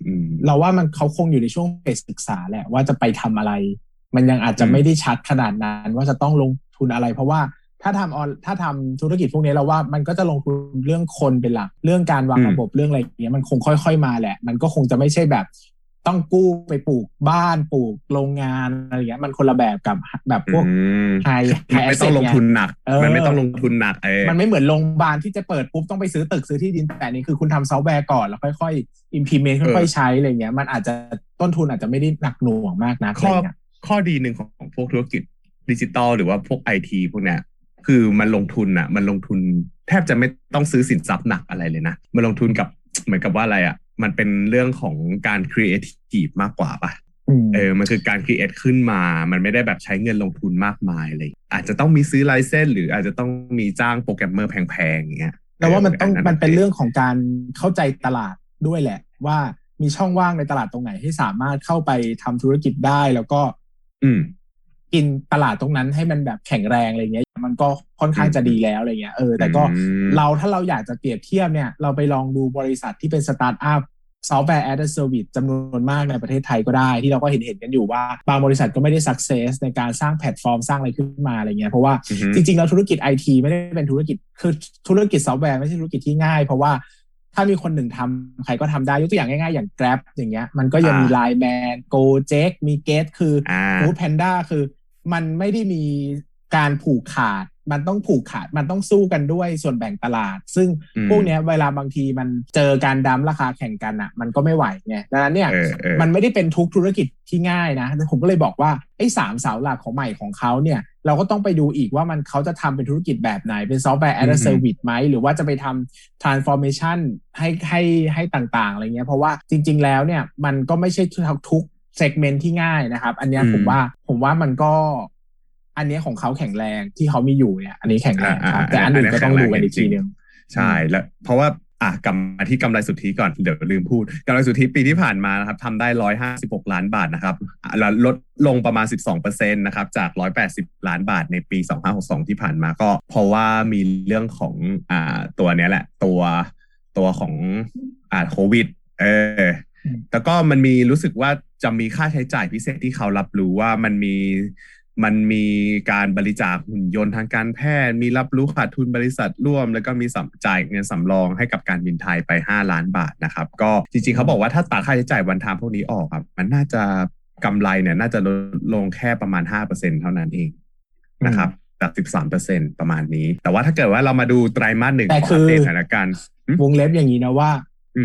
เราว่ามันเขาคงอยู่ในช่วงเฟสศึกษาแหละว่าจะไปทำอะไรมันยังอาจจะไม่ได้ชัดขนาดนั้นว่าจะต้องลงทุนอะไรเพราะว่าถ้าทำธุรกิจพวกนี้เราว่ามันก็จะลงทุนเรื่องคนเป็นหลักเรื่องการวางระบบเรื่องอะไรอย่างเงี้ยมันคงค่อยๆมาแหละมันก็คงจะไม่ใช่แบบต้องกู้ไปปลูกบ้านปลูกโรงงานอะไรอย่างเงี้ยมันคนละแบบกับแบบพวกไฮไม่ต้องลงทุนหนักมันไม่ต้องลงทุนหนักมันไม่เหมือนโรงพยาบาลที่จะเปิดปุ๊บต้องไปซื้อตึกซื้อที่ดินแต่นี่คือคุณทำซอฟต์แวร์ก่อนแล้วค่อยๆ implement ค่อยๆใช้อะไรเงี้ยมันอาจจะต้นทุนอาจจะไม่ได้หนักหน่วงมากนะข้อดีหนึ่งของพวกธุรกิจดิจิตอลหรือว่าพวก IT พวกเนี้ยคือมันลงทุนมันลงทุนแทบจะไม่ต้องซื้อสินทรัพย์หนักอะไรเลยนะมันลงทุนกับเหมือนกับว่าอะไรมันเป็นเรื่องของการครีเอทีฟมากกว่าป่ะมันคือการครีเอทขึ้นมามันไม่ได้แบบใช้เงินลงทุนมากมายเลยอาจจะต้องมีซื้อไลเซนส์หรืออาจจะต้องมีจ้างโปรแกรมเมอร์แพงๆอย่างเงี้ยแต่ว่ามันเป็นเรื่องของการเข้าใจตลาดด้วยแหละว่ามีช่องว่างในตลาดตรงไหนให้สามารถเข้าไปทำธุรกิจได้แล้วก็กินตลาดตรงนั้นให้มันแบบแข็งแรงอะไรเงี้ยมันก็ค่อนข้างจะดีแล้วอะไรเงี้ยแต่ก็ถ้าเราอยากจะเปรียบเทียบเนี่ยเราไปลองดูบริษัทที่เป็นสตาร์ทอัพซอฟต์แวร์ as a service จำนวนมากในประเทศไทยก็ได้ที่เราก็เห็นกันอยู่ว่าบางบริษัทก็ไม่ได้ success ในการสร้างแพลตฟอร์มสร้างอะไรขึ้นมาอะไรเงี้ยเพราะว่าจริงๆแล้วธุรกิจ IT ไม่ได้เป็นธุรกิจคือธุรกิจซอฟต์แวร์ไม่ใช่ธุรกิจที่ง่ายเพราะว่าถ้ามีคนหนึ่งทำใครก็ทำได้ยกตัวอย่างง่ายๆอย่าง Grab อย่างเงี้ยมันก็ยังมี Line Man Gojek มี Gate คือ Food Panda คือมันไม่ได้มีการผูกขาดมันต้องผูกขาดมันต้องสู้กันด้วยส่วนแบ่งตลาดซึ่งพวกนี้เวลาบางทีมันเจอการดั้มราคาแข่งกันมันก็ไม่ไหวไงดังนั้นเนี่ยมันไม่ได้เป็นทุกธุรกิจที่ง่ายนะผมก็เลยบอกว่าไอ้3เสาหลักของใหม่ของเขาเนี่ยเราก็ต้องไปดูอีกว่าเขาจะทำเป็นธุรกิจแบบไหนเป็นซอฟต์แวร์ as a service ไหมหรือว่าจะไปทำ transformation ให้ต่างๆอะไรเงี้ยเพราะว่าจริงๆแล้วเนี่ยมันก็ไม่ใช่ทุกsegment ที่ง่ายนะครับอันนี้ผมว่ามันก็อันนี้ของเขาแข็งแรงที่เขามีอยู่เนี่ยอันนี้แข็งแรงครับแต่อันอื่นก็ต้องดูกันอีกทีนึงใช่แล้วเพราะว่ากลับมาที่กำไรสุทธิก่อนเดี๋ยวลืมพูดกำไรสุทธิปีที่ผ่านมานะครับทำได้156ล้านบาทนะครับลดลงประมาณ 12% นะครับจาก180ล้านบาทในปี2562ที่ผ่านมาก็เพราะว่ามีเรื่องของตัวนี้แหละตัวของโควิดแต่ก็มันมีรู้สึกว่าจะมีค่าใช้จ่ายพิเศษที่เขารับรู้ว่ามันมีการบริจาคหุ่นยนต์ทางการแพทย์มีรับรู้ขาดทุนบริษัทร่วมแล้วก็มีจ่ายเงินสำรองให้กับการบินไทยไป5ล้านบาทนะครับก็จริงๆเขาบอกว่าถ้าตัดค่าใช้จ่ายวันไทม์พวกนี้ออกครับมันน่าจะกำไรเนี่ยน่าจะลดลงแค่ประมาณ 5% เท่านั้นเองนะครับจาก 13% ประมาณนี้แต่ว่าถ้าเกิดว่าเรามาดูไตรมาส1ของอัปเดตสถานการณ์วงเล็บอย่างนี้นะว่า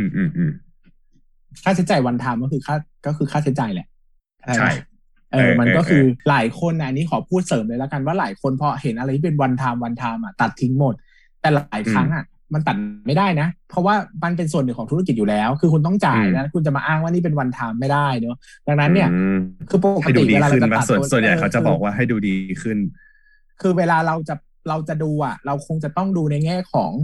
ค่าใช้จ่ายวันไทม์ก็คือค่าใช้จ่ายแหละใช่มันก็คือหลายคนอันนี้ขอพูดเสริมเลยแล้วกันว่าหลายคนพอเห็นอะไรที่เป็นวันไทม์ตัดทิ้งหมดแต่หลายครั้งมันตัดไม่ได้นะเพราะว่ามันเป็นส่วนหนึ่งของธุรกิจอยู่แล้วคือคุณต้องจ่ายนะคุณจะมาอ้างว่านี่เป็นวันไทม์ไม่ได้เนอะดังนั้นเนี่ยคือปกติเวลาเราจะตัดส่วนใหญ่เขาจะบอกว่าให้ดูดีขึ้นคือเวลาเราจะดูเราคงจะต้องดูในแง่ของ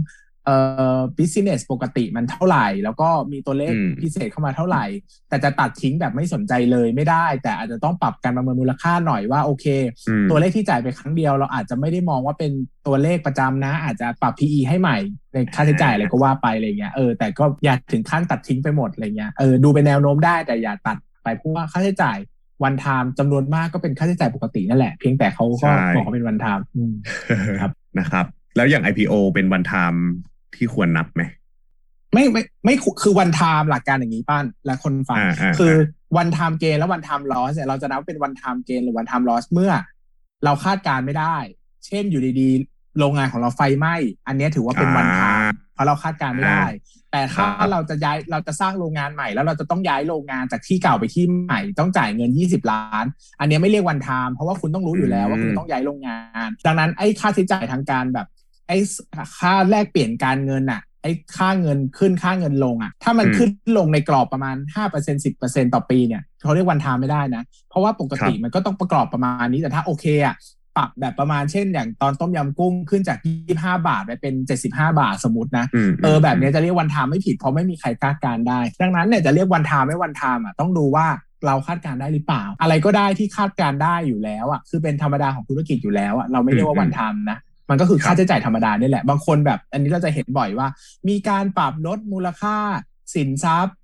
business ปกติมันเท่าไหร่แล้วก็มีตัวเลขพิเศษเข้ามาเท่าไหร่แต่จะตัดทิ้งแบบไม่สนใจเลยไม่ได้แต่อาจจะต้องปรับการประเมินมูลค่าหน่อยว่าโอเคตัวเลขที่จ่ายไปครั้งเดียวเราอาจจะไม่ได้มองว่าเป็นตัวเลขประจำนะอาจจะปรับ PE ให้ใหม่ในค่าใช้จ่ายอะไรก็ว่าไปอะไรเงี้ยแต่ก็อย่าถึงขั้นตัดทิ้งไปหมดอะไรเงี้ยดูเป็นแนวโน้มได้แต่อย่าตัดไปเพราะว่าค่าใช้จ่ายวันไทม์จำนวนมากก็เป็นค่าใช้จ่ายปกตินั่นแหละเพียงแต่เขาก็บอกเขาเป็นวันไทม์ครับนะครับแล้วอย่าง IPO เป็นวันไทม์ที่ควรนับไหมไม่คือวันไทม์หลักการอย่างนี้ป้านและคนฟังคือวันไทม์เกนและวันไทม์ลอสเนี่ยเราจะนับเป็นวันไทม์เกนหรือวันไทม์ลอสเมื่อเราคาดการไม่ได้เช่นอยู่ดีๆโรงงานของเราไฟไหม้อันนี้ถือว่าเป็นวันไทม์เพราะเราคาดการไม่ได้แต่ถ้าเราจะสร้างโรงงานใหม่แล้วเราจะต้องย้ายโรงงานจากที่เก่าไปที่ใหม่ต้องจ่ายเงิน20ล้านอันนี้ไม่เรียกวันไทม์เพราะว่าคุณต้องรู้อยู่แล้วว่าคุณต้องย้ายโรงงานดังนั้นไอ้ค่าใช้จ่ายทางการแบบไอ้ค่าแลกเปลี่ยนการเงินไอ้ค่าเงินขึ้นค่าเงินลงถ้ามันขึ้นลงในกรอบประมาณ 5% 10% ต่อปีเนี่ยเขาเรียกวันไทม์ไม่ได้นะเพราะว่าปกติมันก็ต้องประกอบประมาณนี้แต่ถ้าโอเคปรับแบบประมาณเช่นอย่างตอนต้มยำกุ้งขึ้นจาก25บาทไปเป็น75บาทสมมตินะแบบนี้จะเรียกวันไทม์ไม่ผิดเพราะไม่มีใครคาดการได้ดังนั้นเนี่ยจะเรียกวันไทม์ไม่วันไทม์ต้องดูว่าเราคาดการได้หรือเปล่าอะไรก็ได้ที่คาดการได้อยู่แล้วคือเป็นธรรมดาของธุรกิจอยู่แล้วเราไม่เรียกว่าวันไทม์นะมันก็คือค่าใช้จ่ายธรรมดานี่แหละบางคนแบบอันนี้เราจะเห็นบ่อยว่ามีการปรับลดมูลค่าสินทรัพย์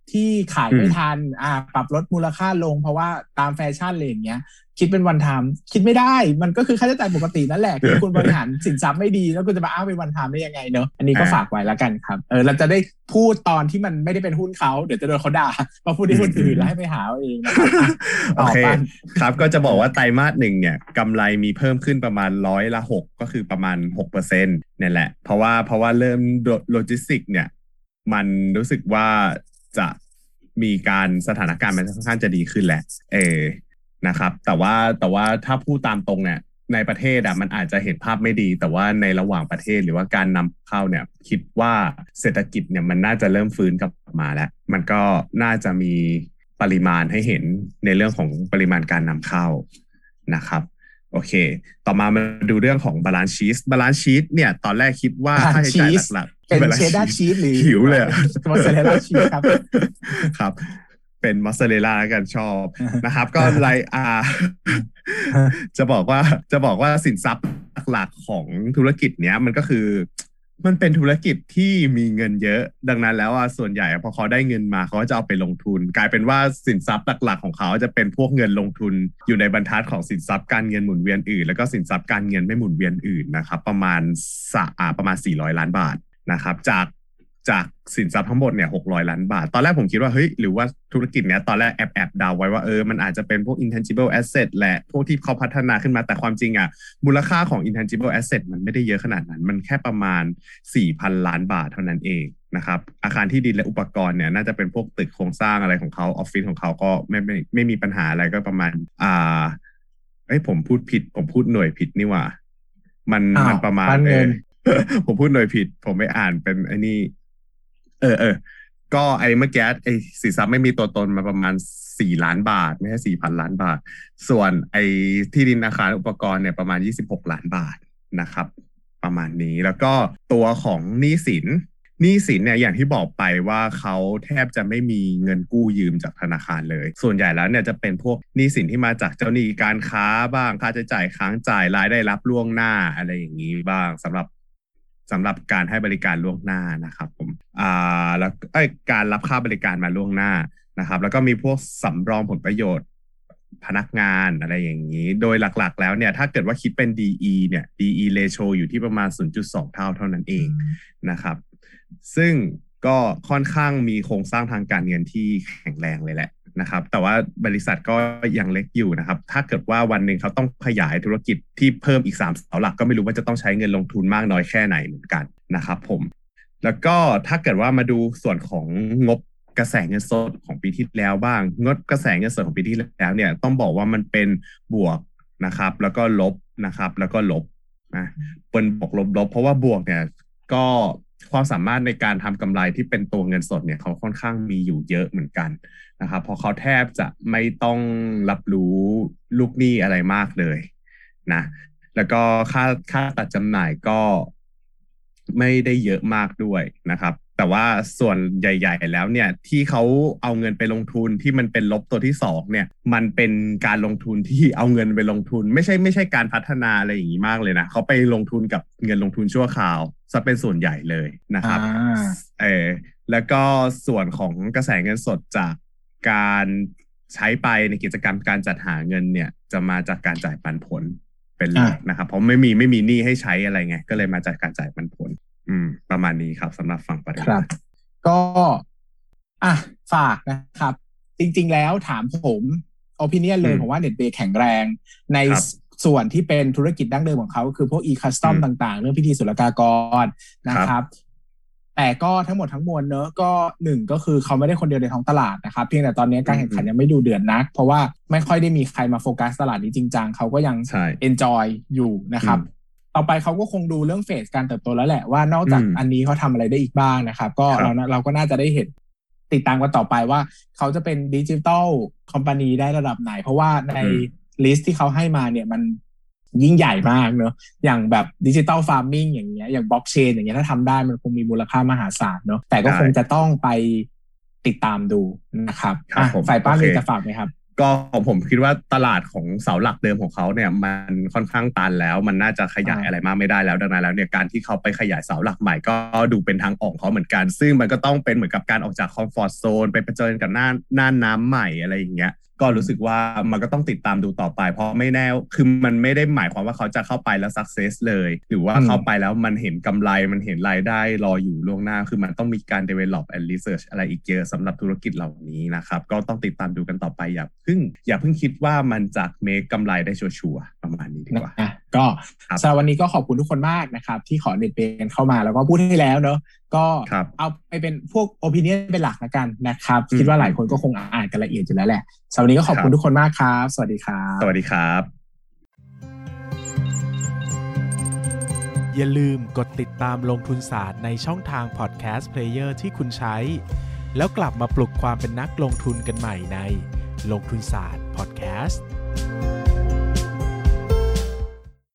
ที่ขายไม่ทันปรับลดมูลค่าลงเพราะว่าตามแฟชั่นอะไรอย่างเงี้ยคิดเป็นวันไทม์คิดไม่ได้มันก็คือค่าใช้จ่ายปกตินั่นแหละคือคุณบริหารสินทรัพย์ไม่ดีแล้วคุณจะมาอ้างเป็นวันไทม์ได้ยังไงเนอะอันนี้ก็ฝากไว้แล้วกันครับเราจะได้พูดตอนที่มันไม่ได้เป็นหุ้นเขาเดี๋ยวจะโดนเขาด่ามาพูดที่หุ้นอื่นแล้วให้ไปหาเอาเองนะครับโอเคครับก็จะบอกว่าไตรมาสหนึ่งเนี่ยกำไรมีเพิ่มขึ้นประมาณ6%ก็คือประมาณ 6% เนี่ยแหละเพราะว่าเริ่มโลจิสติกเนี่ยมันรู้สึกว่าจะมีการสถานการณ์มันค่อนข้างจะดีขึ้นแหละนะครับแต่ว่าถ้าพูดตามตรงเนี่ยในประเทศมันอาจจะเห็นภาพไม่ดีแต่ว่าในระหว่างประเทศหรือว่าการนำเข้าเนี่ยคิดว่าเศรษฐกิจเนี่ยมันน่าจะเริ่มฟื้นกลับมาแล้วมันก็น่าจะมีปริมาณให้เห็นในเรื่องของปริมาณการนำเข้านะครับโอเคต่อมาดูเรื่องของบาลานซ์ชีทเนี่ยตอนแรกคิดว่าค่าใช้จ่ายหลักๆเป็นเชดดาร์ชีสหรือหิวเลยมอสซาเรลล่าชีสครับครับเป็นมอสซาเรลล่ากันชอบนะครับก็จะบอกว่าสินทรัพย์หลักๆของธุรกิจเนี้ยมันก็คือมันเป็นธุรกิจที่มีเงินเยอะดังนั้นแล้วส่วนใหญ่พอเขาได้เงินมาเขาจะเอาไปลงทุนกลายเป็นว่าสินทรัพย์หลักๆของเขาจะเป็นพวกเงินลงทุนอยู่ในบรรทัดของสินทรัพย์การเงินหมุนเวียนอื่นแล้วก็สินทรัพย์การเงินไม่หมุนเวียนอื่นนะครับประมาณ400 ล้านบาทนะครับจากสินทรัพย์ทั้งหมดเนี่ย600 ล้านบาทตอนแรกผมคิดว่าเฮ้ยหรือว่าธุรกิจเนี้ยตอนแรกแอบเดาไว้ว่ามันอาจจะเป็นพวก intangible asset แหละพวกที่เขาพัฒนาขึ้นมาแต่ความจริงมูลค่าของ intangible asset มันไม่ได้เยอะขนาดนั้นมันแค่ประมาณ 4,000 ล้านบาทเท่านั้นเองนะครับอาคารที่ดินและอุปกรณ์เนี่ยน่าจะเป็นพวกตึกโครงสร้างอะไรของเขาออฟฟิศของเขาก็ไม่มีปัญหาอะไรก็ประมาณผมพูดผิดผมพูดหน่วยผิดนี่หว่ามันประมาณผมพูดหน่วยผิดผมไม่อ่านเป็นไอ้นี่ก็เมื่อกี้สินทรัพย์ไม่มีตัวตนมาประมาณ4 ล้านบาทไม่ใช่ 4,000 ล้านบาทส่วนที่ดินอาคารอุปกรณ์เนี่ยประมาณ26 ล้านบาทนะครับประมาณนี้แล้วก็ตัวของหนี้สินเนี่ยอย่างที่บอกไปว่าเขาแทบจะไม่มีเงินกู้ยืมจากธนาคารเลยส่วนใหญ่แล้วเนี่ยจะเป็นพวกหนี้สินที่มาจากเจ้าหนี้การค้าบ้างค่าใช้จ่ายค้างจ่ายรายได้รับล่วงหน้าอะไรอย่างนี้บ้างสำหรับการให้บริการล่วงหน้านะครับผมแล้วการรับค่าบริการมาล่วงหน้านะครับแล้วก็มีพวกสำรองผลประโยชน์พนักงานอะไรอย่างนี้โดยหลักๆแล้วเนี่ยถ้าเกิดว่าคิดเป็น DE เนี่ย DE ratio อยู่ที่ประมาณ 0.2 เท่าเท่านั้นเองนะครับซึ่งก็ค่อนข้างมีโครงสร้างทางการเงินที่แข็งแรงเลยแหละนะครับแต่ว่าบริษัทก็ยังเล็กอยู่นะครับถ้าเกิดว่าวันหนึ่งเขาต้องขยายธุรกิจที่เพิ่มอีก3 เสาหลักก็ไม่รู้ว่าจะต้องใช้เงินลงทุนมากน้อยแค่ไหนเหมือนกันนะครับผมแล้วก็ถ้าเกิดว่ามาดูส่วนของงบกระแสเงินสดของปีที่แล้วบ้างงบกระแสเงินสดของปีที่แล้วเนี่ยต้องบอกว่ามันเป็นบวกนะครับแล้วก็ลบนะครับแล้วก็ลบเป็นบวกลบเพราะว่าบวกเนี่ยก็ความสามารถในการทำกำไรที่เป็นตัวเงินสดเนี่ยเขาค่อนข้างมีอยู่เยอะเหมือนกันนะครับเพราะเขาแทบจะไม่ต้องรับรู้ลูกหนี้อะไรมากเลยนะแล้วก็ค่าตัดจำหน่ายก็ไม่ได้เยอะมากด้วยนะครับแต่ว่าส่วนใหญ่ๆแล้วเนี่ยที่เขาเอาเงินไปลงทุนที่มันเป็นลบตัวที่2เนี่ยมันเป็นการลงทุนที่เอาเงินไปลงทุนไม่ใช่การพัฒนาอะไรอย่างนี้มากเลยนะเขาไปลงทุนกับเงินลงทุนชั่วคราวซะเป็นส่วนใหญ่เลยนะครับแล้วก็ส่วนของกระแสเงินสดจากการใช้ไปในกิจกรรมการจัดหาเงินเนี่ยจะมาจากการจ่ายปันผลเป็นหลักนะครับเพราะไม่มีหนี้ให้ใช้อะไรไงก็เลยมาจากการจ่ายปันผลประมาณนี้ครับสำหรับฝั่งบริษัทก็ฝากนะครับจริงๆแล้วถามผมopinion เลยผมว่า NetBay แข็งแรงในส่วนที่เป็นธุรกิจดั้งเดิมของเขาคือพวก e-custom ต่างๆเรื่องพิธีศุลกากรนะครับแต่ก็ทั้งหมดทั้งมวลเนอะก็1ก็คือเขาไม่ได้คนเดียวในท้องตลาดนะครับเพียงแต่ตอนนี้การแข่งขันยังไม่ดูเดือดนักเพราะว่าไม่ค่อยได้มีใครมาโฟกัสตลาดนี้จริงจังเขาก็ยัง enjoy อยู่นะครับต่อไปเขาก็คงดูเรื่องเฟสการเติบโตแล้วแหละว่านอกจากอันนี้เขาทำอะไรได้อีกบ้างนะครับก็เราก็น่าจะได้เห็นติดตามกันต่อไปว่าเขาจะเป็นดิจิทัลคอมพานีได้ระดับไหนเพราะว่าในลิสต์ที่เขาให้มาเนี่ยมันยิ่งใหญ่มากเนอะอย่างแบบดิจิทัลฟาร์มมิ่งอย่างเงี้ยอย่างบล็อกเชนอย่างเงี้ยถ้าทำได้มันคงมีมูลค่ามหาศาลเนอะแต่ก็คงจะต้องไปติดตามดูนะครับฝ่ายป้ามีจะฝากไหมครับก็ผมคิดว่าตลาดของเสาหลักเดิมของเขาเนี่ยมันค่อนข้างตันแล้วมันน่าจะขยายอะไรมากไม่ได้แล้วดังนั้นแล้วเนี่ยการที่เขาไปขยายเสาหลักใหม่ก็ดูเป็นทางออกเขาเหมือนกันซึ่งมันก็ต้องเป็นเหมือนกับการออกจากคอมฟอร์ตโซนไปเผชิญกับหน้าน้ำใหม่อะไรอย่างเงี้ยก็รู้สึกว่ามันก็ต้องติดตามดูต่อไปเพราะไม่แน่คือมันไม่ได้หมายความว่าเขาจะเข้าไปแล้ว success เลยหรือว่าเข้าไปแล้วมันเห็นกำไรมันเห็นรายได้รออยู่ล่วงหน้าคือมันต้องมีการ develop and research อะไรอีกเยอะสำหรับธุรกิจเหล่านี้นะครับก็ต้องติดตามดูกันต่อไปอย่าเพิ่งคิดว่ามันจะ make กำไรได้ชัวร์ๆประมาณนี้ดีกว่าก็สำหรับวันนี้ก็ขอบคุณทุกคนมากนะครับที่ขอเน็ตเป็นเข้ามาแล้วก็พูดให้แล้วเนอะก็เอาไปเป็นพวก opinion เป็นหลักละกันนะครับคิดว่าหลายคนก็คงอ่านกันละเอียดอยู่แล้วแหละสำหรับวันนี้ก็ขอบคุณทุกคนมากครับสวัสดีครับสวัสดีครับอย่าลืมกดติดตามลงทุนศาสตร์ในช่องทาง podcast player ที่คุณใช้แล้วกลับมาปลุกความเป็นนักลงทุนกันใหม่ในลงทุนศาสตร์ podcast